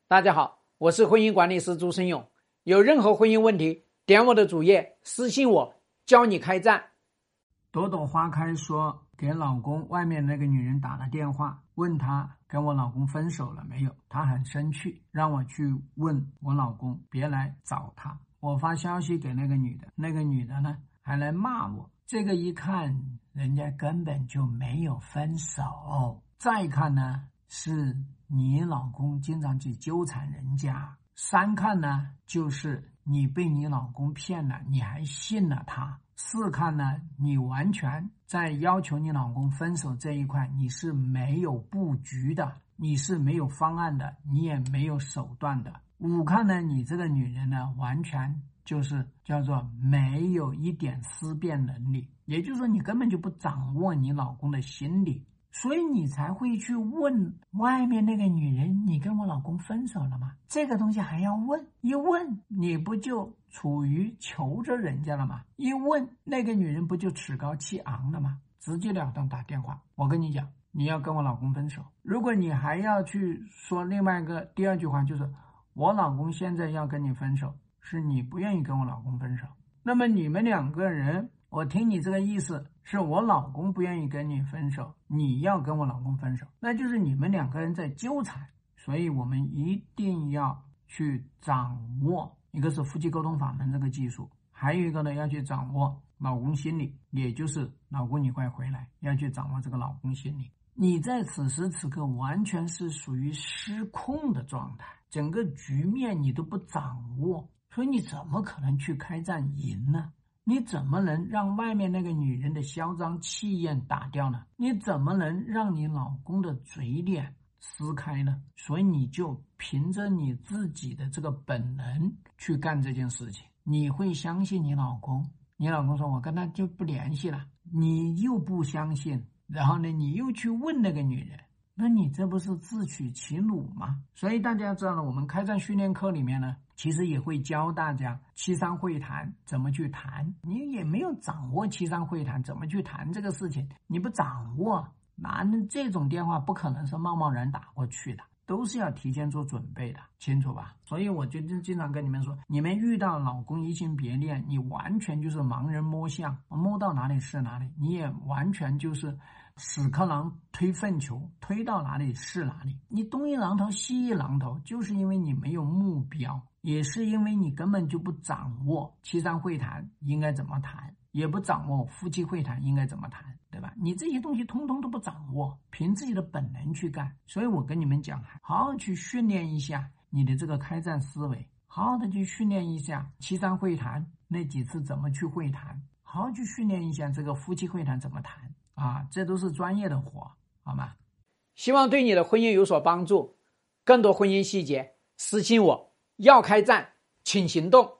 大家好，我是婚姻管理师朱生勇。有任何婚姻问题，点我的主页私信我，教你开战。 朵朵花开说给老公外面那个女人打了电话，问他跟我老公分手了没有，他很生气，让我去问我老公别来找他。我发消息给那个女的，那个女的呢还来骂我，这个一看人家根本就没有分手，再看呢是你老公经常去纠缠人家，三看呢就是你被你老公骗了，你还信了他，四看呢你完全在要求你老公分手这一块你是没有布局的，你是没有方案的，你也没有手段的。五看呢你这个女人呢完全就是叫做没有一点思辨能力，也就是说你根本就不掌握你老公的心理，所以你才会去问外面那个女人你跟我老公分手了吗？这个东西还要问，一问你不就处于求着人家了吗？一问那个女人不就趾高气昂了吗？直截了当打电话，我跟你讲你要跟我老公分手。如果你还要去说另外一个第二句话，就是我老公现在要跟你分手，是你不愿意跟我老公分手，那么你们两个人，我听你这个意思是我老公不愿意跟你分手，你要跟我老公分手，那就是你们两个人在纠缠。所以我们一定要去掌握，一个是夫妻沟通法门这个技术，还有一个呢要去掌握老公心理，也就是老公你快回来，要去掌握这个老公心理。你在此时此刻完全是属于失控的状态，整个局面你都不掌握，所以你怎么可能去开战赢呢？你怎么能让外面那个女人的嚣张气焰打掉呢？你怎么能让你老公的嘴脸撕开呢？所以你就凭着你自己的这个本能去干这件事情。你会相信你老公，你老公说我跟他就不联系了，你又不相信，然后呢你又去问那个女人，那你这不是自取其辱吗？所以大家知道了，我们开战训练课里面呢其实也会教大家七三会谈怎么去谈，你也没有掌握七三会谈怎么去谈这个事情，你不掌握，那这种电话不可能是贸贸然打过去的，都是要提前做准备的，清楚吧？所以我就经常跟你们说，你们遇到老公移情别恋，你完全就是盲人摸象，摸到哪里是哪里，你也完全就是屎壳郎推粪球，推到哪里是哪里，你东一榔头西一榔头，就是因为你没有目标，也是因为你根本就不掌握七三会谈应该怎么谈，也不掌握夫妻会谈应该怎么谈，对吧？你这些东西通通都不掌握，凭自己的本能去干。所以我跟你们讲，好好去训练一下你的这个开战思维，好好的去训练一下七三会谈那几次怎么去会谈，好好去训练一下这个夫妻会谈怎么谈啊，这都是专业的活，好吗？ 希望对你的婚姻有所帮助。更多婚姻细节私信我。要开战请行动。